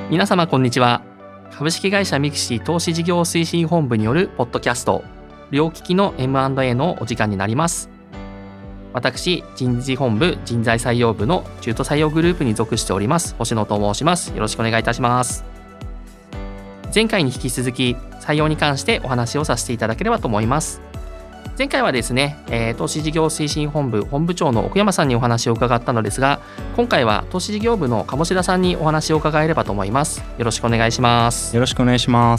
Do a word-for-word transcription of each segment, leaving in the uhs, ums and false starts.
皆様こんにちは。株式会社ミクシー投資事業推進本部によるポッドキャスト両利きの エムアンドエー のお時間になります。私、人事本部人材採用部の中途採用グループに属しております星野と申します。よろしくお願いいたします。前回に引き続き採用に関してお話をさせていただければと思います。前回はですね、えー、投資事業推進本部本部長の奥山さんにお話を伺ったのですが、今回は投資事業部の鴨志田さんにお話を伺えればと思います。よろしくお願いします。 よろしくお願いします。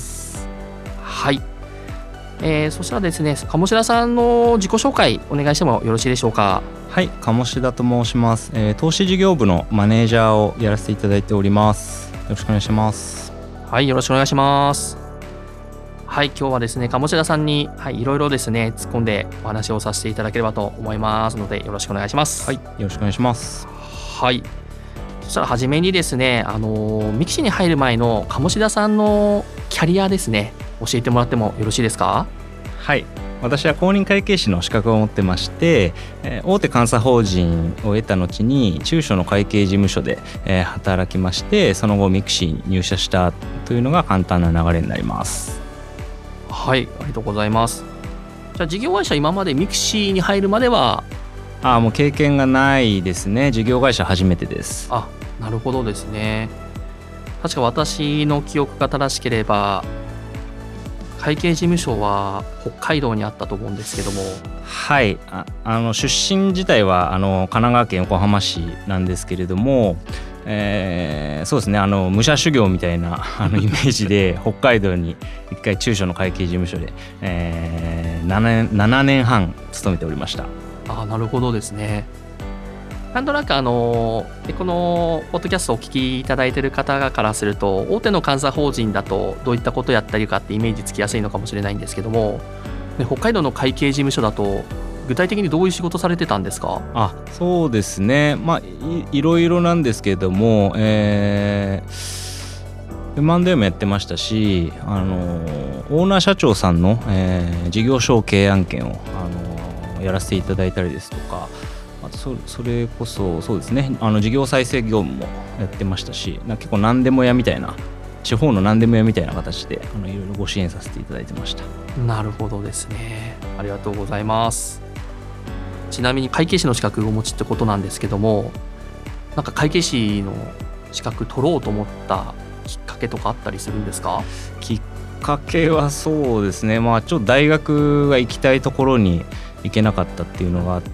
はい、えー、そしたらですね、鴨志田さんの自己紹介お願いしてもよろしいでしょうか。 はい、鴨志田と申します、えー、投資事業部のマネージャーをやらせていただいております。よろしくお願いします。 はい、よろしくお願いします。はい、今日はですね鴨志田さんに、はい、いろいろですね突っ込んでお話をさせていただければと思いますのでよろしくお願いします。 はい、よろしくお願いします。 はい、そしたら初めにですね、あのミキシーに入る前の鴨志田さんのキャリアですね、教えてもらってもよろしいですか。 はい、私は公認会計士の資格を持ってまして、えー、大手監査法人を得た後に中小の会計事務所で、えー、働きまして、その後ミクシーに入社したというのが簡単な流れになります。 はい、ありがとうございます。じゃあ事業会社今までミクシーに入るまではあもう経験がないですね。事業会社初めてです。 あ、なるほどですね。確か私の記憶が正しければ会計事務所は北海道にあったと思うんですけども。 はい、ああの出身自体はあの神奈川県横浜市なんですけれども、えー、そうですね、あの武者修行みたいなあのイメージで北海道に一回中小の会計事務所で、えー、ななねん、ななねんはん勤めておりました。 あ、なるほどですね。なんとなくあのこのポッドキャストをお聞きいただいている方からすると、大手の監査法人だとどういったことをやったりかってイメージつきやすいのかもしれないんですけども、北海道の会計事務所だと具体的にどういう仕事されてたんですか。 あ、そうですね、まあ い, いろいろなんですけれども、えー、エムアンドエー もやってましたし、あのオーナー社長さんの、えー、事業承継案件をあのやらせていただいたりですとか、あと そ, それこそそうですね、あの事業再生業務もやってましたし、なんか結構何でも屋みたいな、地方の何でも屋みたいな形であのいろいろご支援させていただいてました。 なるほどですね、ありがとうございます。ちなみに会計士の資格をお持ちってことなんですけども、なんか会計士の資格取ろうと思ったきっかけとかあったりするんですか。 きっかけはそうですね、まあ、ちょっと大学が行きたいところに行けなかったっていうのがあって、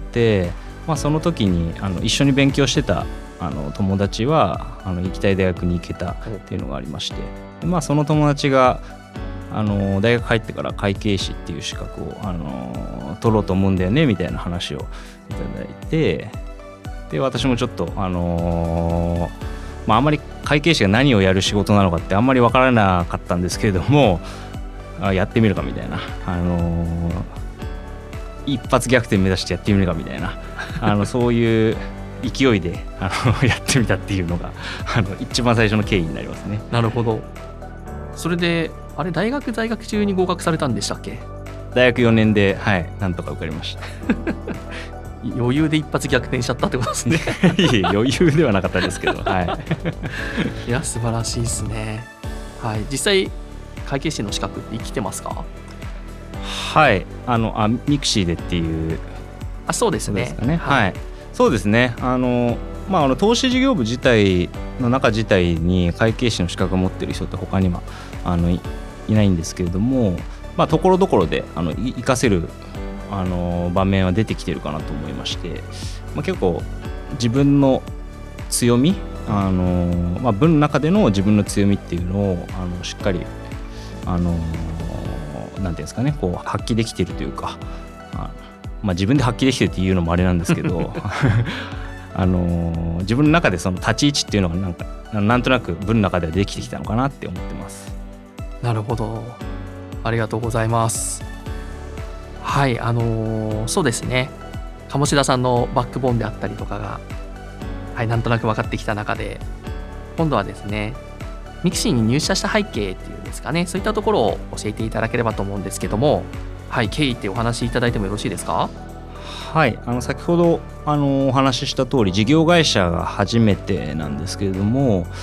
まあ、その時にあの一緒に勉強してたあの友達はあの行きたい大学に行けたっていうのがありまして、で、まあ、その友達があの大学入ってから会計士っていう資格をあの取ろうと思うんだよねみたいな話をいただいて、で私もちょっとあのまああんまり会計士が何をやる仕事なのかってあんまり分からなかったんですけれども、あやってみるかみたいな、あの一発逆転目指してやってみるかみたいなあのそういう勢いであのやってみたっていうのがあの一番最初の経緯になりますね。 なるほど。それであれ大学在学中に合格されたんでしたっけ。 大学よねんで、はい、なんとか受かりました余裕で一発逆転しちゃったってことですねいえ余裕ではなかったですけど、はい、 いや素晴らしいですね。はい、実際会計士の資格って生きてますか。 はい、あのあミクシーでっていうあそうですね。 そうですかね、はいはい、そうですね、あのまあ、あの投資事業部自体の中自体に会計士の資格を持っている人って他にはあの い, いないんですけれども、まあ、ところどころであの活かせるあの場面は出てきてるかなと思いまして、まあ、結構自分の強み、あの、まあ、部の中での自分の強みっていうのをあのしっかりあのなんていうんですかね、こう発揮できているというか、あ、まあ、自分で発揮できてるっていうのもあれなんですけどあの自分の中でその立ち位置っていうのがなんかなんとなく部の中ではできてきたのかなって思ってます。 なるほど、ありがとうございます。はい、あのー、そうですね、鴨志田さんのバックボーンであったりとかが、はい、なんとなく分かってきた中で、今度はですねミクシーに入社した背景っていうんですかね、そういったところを教えていただければと思うんですけども、はい、経緯ってお話しいただいてもよろしいですか。 はい、あの先ほどあのお話しした通り事業会社が初めてなんですけれども、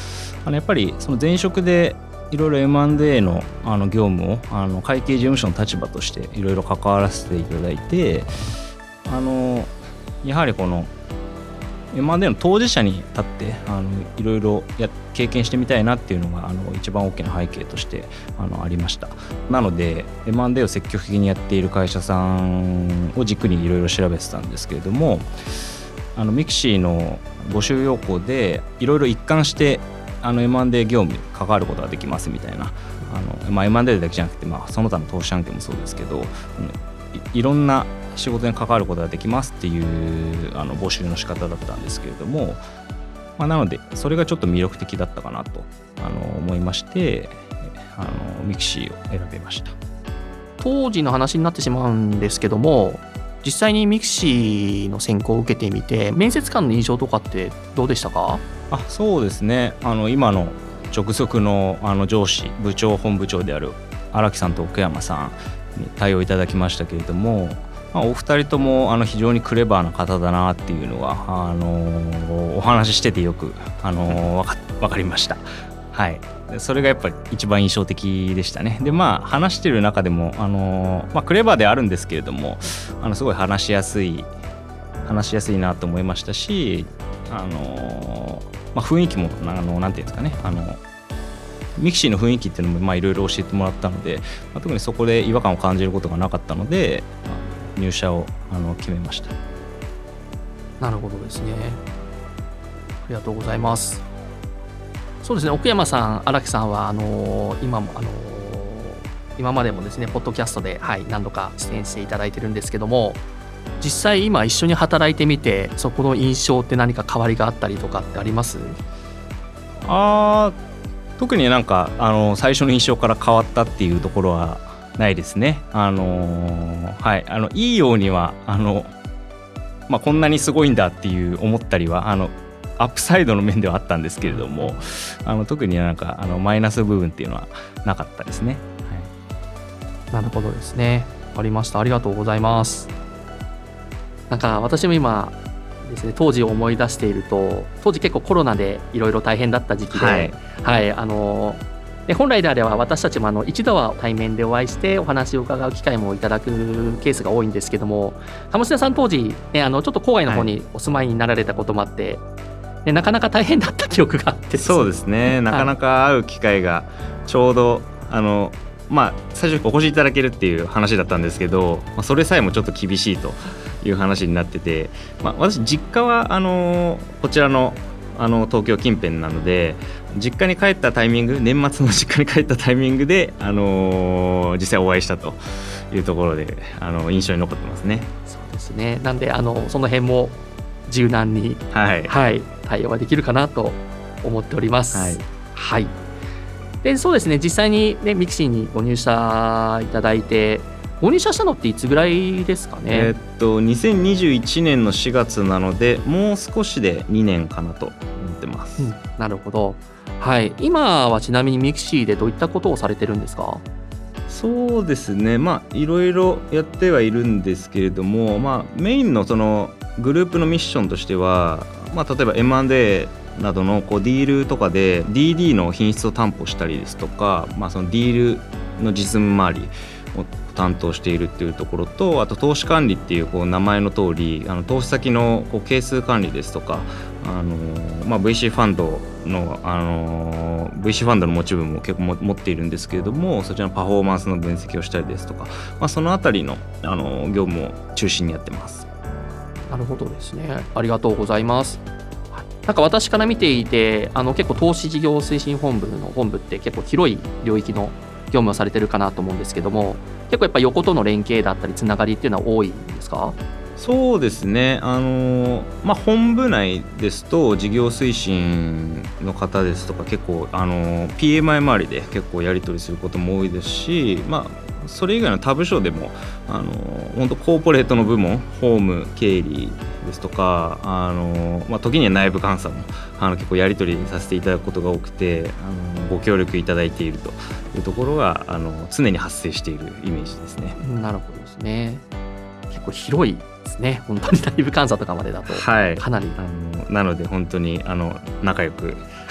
あのやっぱりその前職でいろいろ エムアンドエー の, あの業務をあの会計事務所の立場としていろいろ関わらせていただいて、あのやはりこの エムアンドエー の当事者に立ってあのいろいろや経験してみたいなっていうのがあの一番大きな背景としてあのありました。なので エムアンドエー を積極的にやっている会社さんを軸にいろいろ調べてたんですけれども、あのミクシーの募集要項でいろいろ一貫してあの エムアンドエー 業務に関わることができますみたいな、あの、まあ、エムアンドエー だけじゃなくて、まあ、その他の投資案件もそうですけど、い, いろんな仕事に関わることができますっていうあの募集の仕方だったんですけれども、まあ、なのでそれがちょっと魅力的だったかなとあの思いまして、あのミクシーを選びました。 当時の話になってしまうんですけども、実際にミクシーの選考を受けてみて面接官の印象とかってどうでしたか？ あそうですね、あの今の直属 の, あの上司部長本部長である荒木さんと奥山さんに対応いただきましたけれども、まあ、お二人ともあの非常にクレバーな方だなっていうのはあのお話ししててよくあの分 か, 分かりました。はい、それがやっぱり一番印象的でしたね。でまあ話してる中でもあの、まあ、クレバーであるんですけれども、あのすごい話しやすい話しやすいなと思いましたし、あの、まあ、雰囲気もあのなんていうんですかね、あのミクシーの雰囲気っていうのもいろいろ教えてもらったので、まあ、特にそこで違和感を感じることがなかったので、まあ、入社をあの決めました。 なるほどですね。ありがとうございます。そうですね、奥山さん、荒木さんはあの今もあの今までもですねポッドキャストで、はい、何度か出演していただいてるんですけども、実際今一緒に働いてみてそこの印象って何か変わりがあったりとかってあります？ あ特になんかあの最初の印象から変わったっていうところはないですね。あのはい、あのいいようにはあの、まあ、こんなにすごいんだっていう思ったりはあのアップサイドの面ではあったんですけれども、あの特になんかあのマイナス部分っていうのはなかったですね。 はい、なるほどですね。わかりました。ありがとうございます。なんか私も今ですね、当時を思い出していると、当時結構コロナでいろいろ大変だった時期で、はいはい、あので本来であれば私たちもあの一度は対面でお会いしてお話を伺う機会もいただくケースが多いんですけども、鴨志田さん当時、ね、あのちょっと郊外の方にお住まいになられたこともあって、はいでなかなか大変だった記憶があってですね。 そうですね、なかなか会う機会がちょうど、はい、あのまあ最初お越しいただけるっていう話だったんですけど、まあ、それさえもちょっと厳しいという話になってて、まあ、私実家はあのこちらのあの東京近辺なので、実家に帰ったタイミング、年末の実家に帰ったタイミングで、あのー、実際お会いしたというところであの印象に残ってますね。 そうですね、なんであのその辺も柔軟に、 はいはい、対応ができるかなと思っております。はいはい、でそうですね、実際に、ね、ミクシーにご入社いただいて、ご入社したのっていつぐらいですかね？ えー、っとにせんにじゅういちねんのしがつなので、もう少しでにねんかなと思ってます。 うん、なるほど、はい、今はちなみにミクシーでどういったことをされてるんですか？ そうですね、まあいろいろやってはいるんですけれども、まあ、メインのそのグループのミッションとしては、まあ、例えば エムアンドエー などのこうディールとかで ディーディー の品質を担保したりですとか、まあ、そのディールの実務周りを担当しているっていうところと、あと投資管理っていうこう名前の通り、あの投資先のこう係数管理ですとか、あの、まあ、ブイシー ファンドの、あの ブイシー ファンドの持ち分も結構も持っているんですけれども、そちらのパフォーマンスの分析をしたりですとか、まあ、そのあたりの、あの業務を中心にやってます。 なるほどですね、ありがとうございます。はい、なんか私から見ていて、あの結構投資事業推進本部の本部って結構広い領域の業務をされてるかなと思うんですけども、結構やっぱ横との連携だったりつながりっていうのは多いんですか？ そうですね、あのまあ、本部内ですと事業推進の方ですとか結構あの ピーエムアイ 周りで結構やり取りすることも多いですし、まあそれ以外の他部署でもあの本当コーポレートの部門、法務、経理ですとか、あの、まあ、時には内部監査もあの結構やり取りさせていただくことが多くて、あのご協力いただいているというところがあの常に発生しているイメージですね。 なるほどですね。結構広いですね。本当に内部監査とかまでだとかなり、 はい、あのなので本当にあの仲良く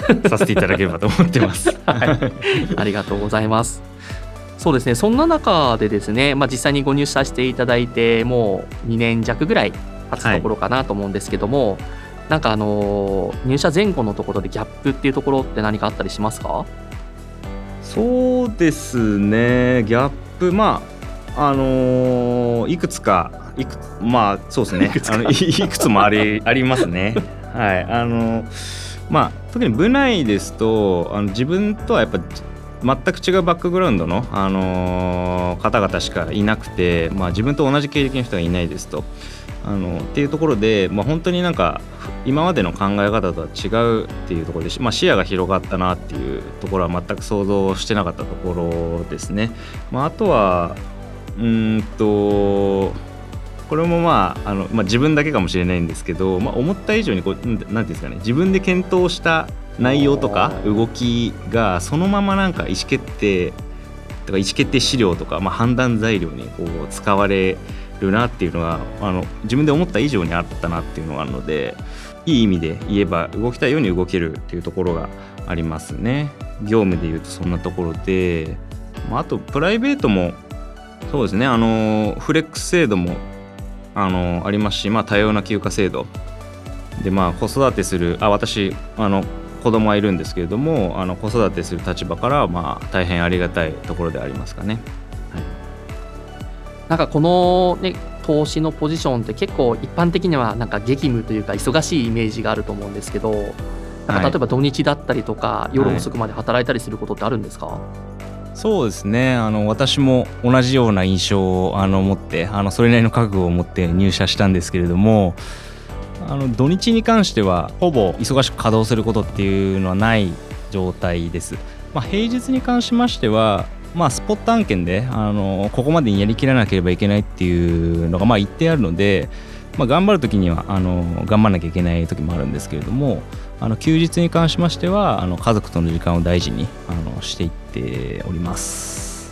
させていただければと思ってます。 はい、ありがとうございます。そうですね、そんな中でですね、まあ、実際にご入社していただいてもうにねん弱ぐらい経つところかなと思うんですけども、はい、なんかあの入社前後のところでギャップっていうところって何かあったりしますか？ そうですね、ギャップ、まああのー、いくつかいくまあそうですねいくあのいくつもありありますね。はい、あのまあ特に部内ですと、あの自分とはやっぱ全く違うバックグラウンドの、あのー、方々しかいなくて、まあ、自分と同じ経歴の人がいないですと、あのっていうところで、まあ、本当になんか今までの考え方とは違うっていうところで、まあ、視野が広がったなっていうところは全く想像してなかったところですね。まあ、あとはうーんとこれもまああの、まあ、自分だけかもしれないんですけど、まあ、思った以上にこうなんていうんですかね、自分で検討した内容とか動きがそのままなんか意思決定とか意思決定資料とか、まあ、判断材料にこう使われるなっていうのはあの自分で思った以上にあったなっていうのがあるので、いい意味で言えば動きたいように動けるっていうところがありますね。業務でいうとそんなところで、まあ、あとプライベートもそうですね、あのフレックス制度もあのありますし、まあ、多様な休暇制度で、まあ、子育てするあ私あの子供はいるんですけれども、あの子育てする立場からはまあ大変ありがたいところでありますかね。はい、 なんかこの、ね、投資のポジションって結構一般的にはなんか激務というか忙しいイメージがあると思うんですけど、なんか例えば土日だったりとか、はい、夜遅くまで働いたりすることってあるんですか？はい、 そうですね、あの私も同じような印象をあの持ってあのそれなりの覚悟を持って入社したんですけれども、あの土日に関してはほぼ忙しく稼働することっていうのはない状態です。まあ、平日に関しましては、まあ、スポット案件であのここまでにやりきらなければいけないっていうのがまあ一定あるので、まあ、頑張る時にはあの頑張らなきゃいけない時もあるんですけれども、あの休日に関しましてはあの家族との時間を大事にあのしていっております。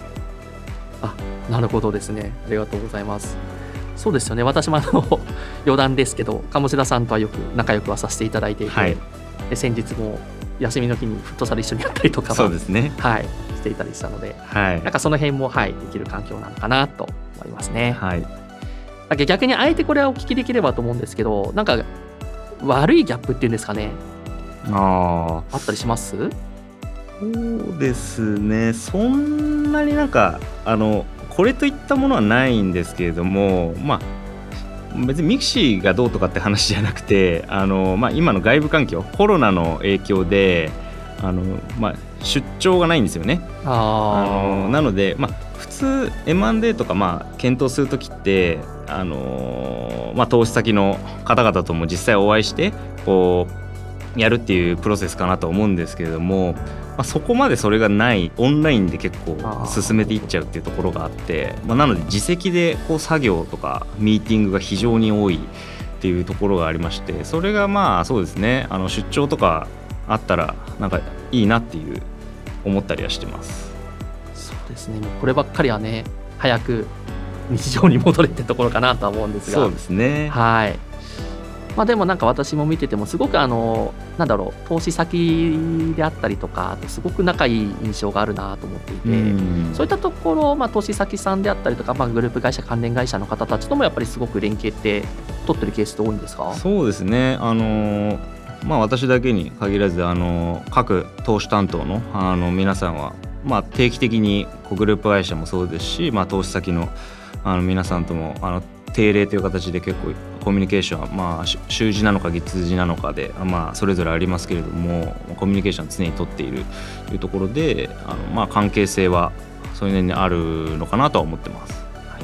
あ、なるほどですね、ありがとうございます。そうですよね、私もあの余談ですけど鴨志田さんとはよく仲良くはさせていただいていて、はい、で先日も休みの日にフットサル一緒にやったりとかそうですね、 はい、していたりしたので、 はい、 なんかその辺も、はい、できる環境なのかなと思いますね。 はい、 なんか逆にあえてこれはお聞きできればと思うんですけど、なんか悪いギャップっていうんですかね、ああったりします？ そうですね、そんなになんかあのこれといったものはないんですけれども、まあ、別にミクシーがどうとかって話じゃなくて、あの、まあ、今の外部環境コロナの影響であの、まあ、出張がないんですよね。あのなので、まあ、普通 エムアンドエー とかまあ検討するときってあの、まあ、投資先の方々とも実際お会いしてこうやるっていうプロセスかなと思うんですけれども、まあ、そこまでそれがないオンラインで結構進めていっちゃうっていうところがあって、まあ、なので自席でこう作業とかミーティングが非常に多いっていうところがありまして、それがまあそうですね、あの出張とかあったらなんかいいなっていう思ったりはしてます。 そうですね、こればっかりはね早く日常に戻れってところかなとは思うんですが、 そうですね、 はい、まあ、でもなんか私も見ててもすごくあのなんだろう投資先であったりとかあとすごく仲いい印象があるなと思っていて、うそういったところ、まあ、投資先さんであったりとか、まあ、グループ会社関連会社の方たちともやっぱりすごく連携って取ってるケースって多いんですか？ そうですね、あのまあ、私だけに限らずあの各投資担当のあの皆さんは、まあ、定期的にこうグループ会社もそうですし、まあ、投資先のあの皆さんともあの定例という形で結構コミュニケーションは、まあ、週次なのか月次なのかで、まあ、それぞれありますけれどもコミュニケーションを常に取っているというところであの、まあ、関係性はそういう面にあるのかなとは思ってます。はい、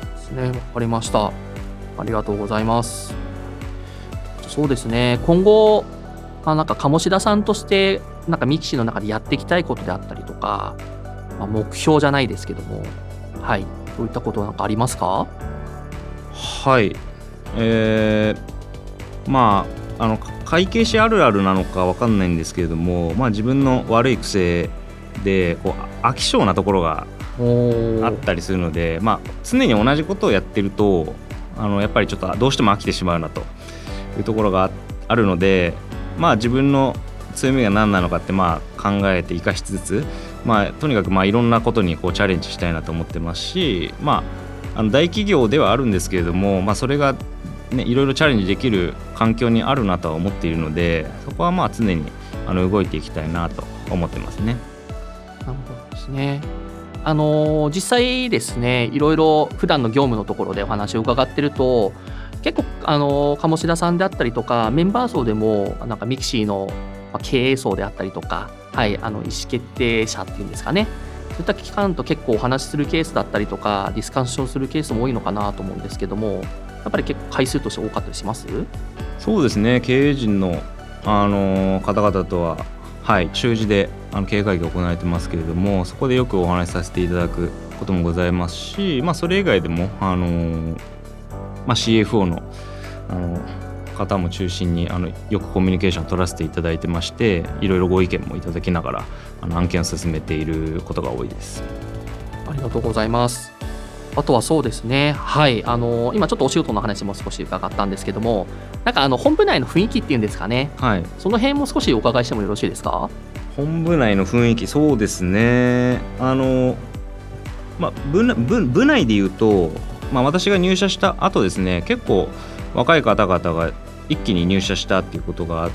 ですね、わかりました。ありがとうございます。そうですね、今後あなんか鴨志田さんとしてなんかミクシーの中でやっていきたいことであったりとか、まあ、目標じゃないですけども、はい、どういったことなんかありますか？ はい、えー、まああの会計士あるあるなのか分かんないんですけれども、まあ、自分の悪い癖でこう飽き性なところがあったりするので、まあ、常に同じことをやってるとあのやっぱりちょっとどうしても飽きてしまうなというところがあるので、まあ、自分の強みが何なのかってまあ考えて生かしつつ、まあ、とにかくまあいろんなことにこうチャレンジしたいなと思ってますし、まあ、あの大企業ではあるんですけれども、まあ、それが、ね、いろいろチャレンジできる環境にあるなとは思っているので、そこはまあ常にあの動いていきたいなと思ってますね。 なるほどですね。あのー、実際ですね、いろいろ普段の業務のところでお話を伺ってると、結構、あのー、鴨志田さんであったりとかメンバー層でもなんかミクシーの経営層であったりとか、はい、あの意思決定者っていうんですかね、そういった機関と結構お話しするケースだったりとかディスカッションするケースも多いのかなと思うんですけども、やっぱり結構回数として多かったりします？ そうですね、経営陣の、あのー、方々とは、はい、週次であの経営会議が行われてますけれども、そこでよくお話しさせていただくこともございますし、まあ、それ以外でも、あのーまあ、シーエフオー の、あの方も中心にあのよくコミュニケーションを取らせていただいてまして、いろいろご意見もいただきながらあの案件を進めていることが多いです。 ありがとうございます。あとはそうですね、はい、あの今ちょっとお仕事の話も少し伺ったんですけども、なんかあの本部内の雰囲気っていうんですかね、はい、その辺も少しお伺いしてもよろしいですか？ 本部内の雰囲気、そうですね、あの、まあ、部, 部, 部内でいうと、まあ、私が入社した後ですね、結構若い方々が一気に入社したっていうことがあって、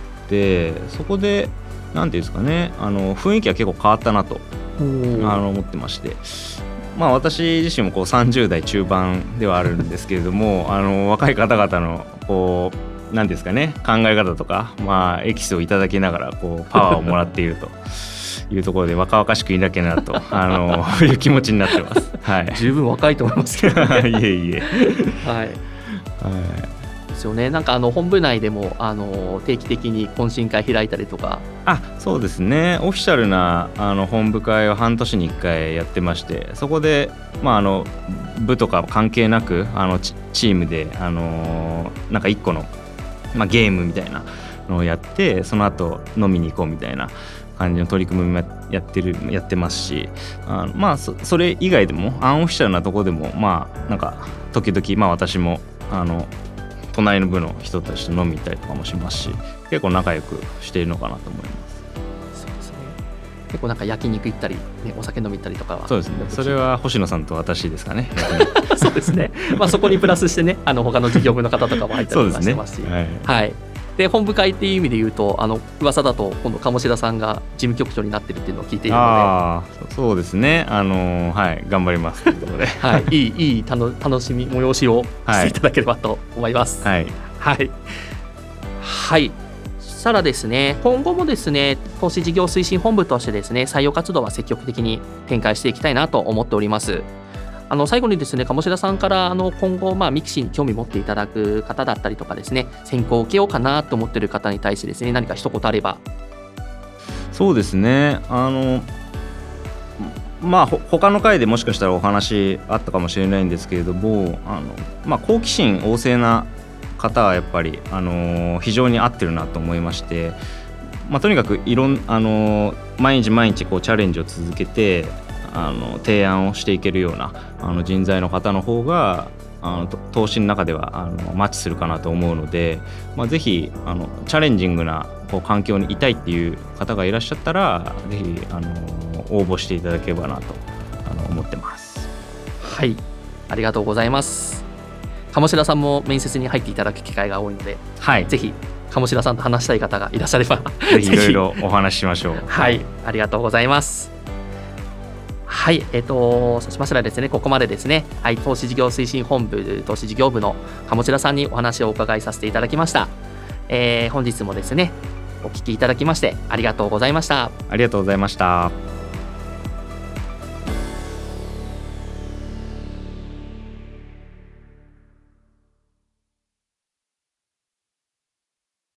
そこでなんていうんですかね、あの雰囲気は結構変わったなとあの思ってまして、まあ、私自身もこうさんじゅう代中盤ではあるんですけれどもあの若い方々のこうなんですかね、考え方とか、まあ、エキスをいただきながらこうパワーをもらっているというところで若々しくいなきゃなとあのいう気持ちになってます、はい、 十分若いと思いますけど、ね、 いえいえ、 はい、はいですよね。なんかあの本部内でもあの定期的に懇親会開いたりとか。 あ、そうですね、オフィシャルなあの本部会を半年にいっかいやってまして、そこで、まあ、あの部とか関係なくあの チ, チームで、あのー、なんかいっこの、まあ、ゲームみたいなのをやって、その後飲みに行こうみたいな感じの取り組みもやってるやってますし、あの、まあ、そ, それ以外でもアンオフィシャルなところでも、まあ、なんか時々、まあ、私もあの隣の部の人たちと飲みに行ったりとかもしますし、結構仲良くしているのかなと思います。 そうですね、結構なんか焼肉行ったり、ね、お酒飲み行ったりとかは。 そうですね、それは星野さんと私ですかねそうですね、まあ、そこにプラスしてね、あの他の事業部の方とかも入ったりとかしてますし、はい、はい、で本部会っていう意味で言うと、あの噂だと今度鴨志田さんが事務局長になってるっていうのを聞いているので。あ、 そうですね、あのーはい、頑張りますということで、 はい、いいいいたの楽しみ催しをしていただければと思います。 はいはいはい、そしたらですね、今後もですね、投資事業推進本部としてですね、採用活動は積極的に展開していきたいなと思っております。あの最後にですね、鴨志田さんからあの今後、まあ、ミクシーに興味持っていただく方だったりとかですね、選考を受けようかなと思っている方に対してですね、何か一言あれば。 そうですね、あのまあ他の回でもしかしたらお話あったかもしれないんですけれども、あの、まあ、好奇心旺盛な方はやっぱり、あの非常に合ってるなと思いまして、まあ、とにかくいろん、あの毎日毎日こうチャレンジを続けてあの提案をしていけるようなあの人材の方の方があの投資の中ではあのマッチするかなと思うので、まあ、ぜひあのチャレンジングなこう環境にいたいっていう方がいらっしゃったら、ぜひあの応募していただければなとあの思ってます。 はい、ありがとうございます。鴨志田さんも面接に入っていただく機会が多いので、はい、ぜひ鴨志田さんと話したい方がいらっしゃればぜひいろいろお話ししましょう。 はい、ありがとうございます。はい、えーと、そうしましたらですね、ここまでですね、はい、投資事業推進本部投資事業部の鴨志田さんにお話をお伺いさせていただきました。えー、本日もですね、お聞きいただきましてありがとうございました。 ありがとうございました。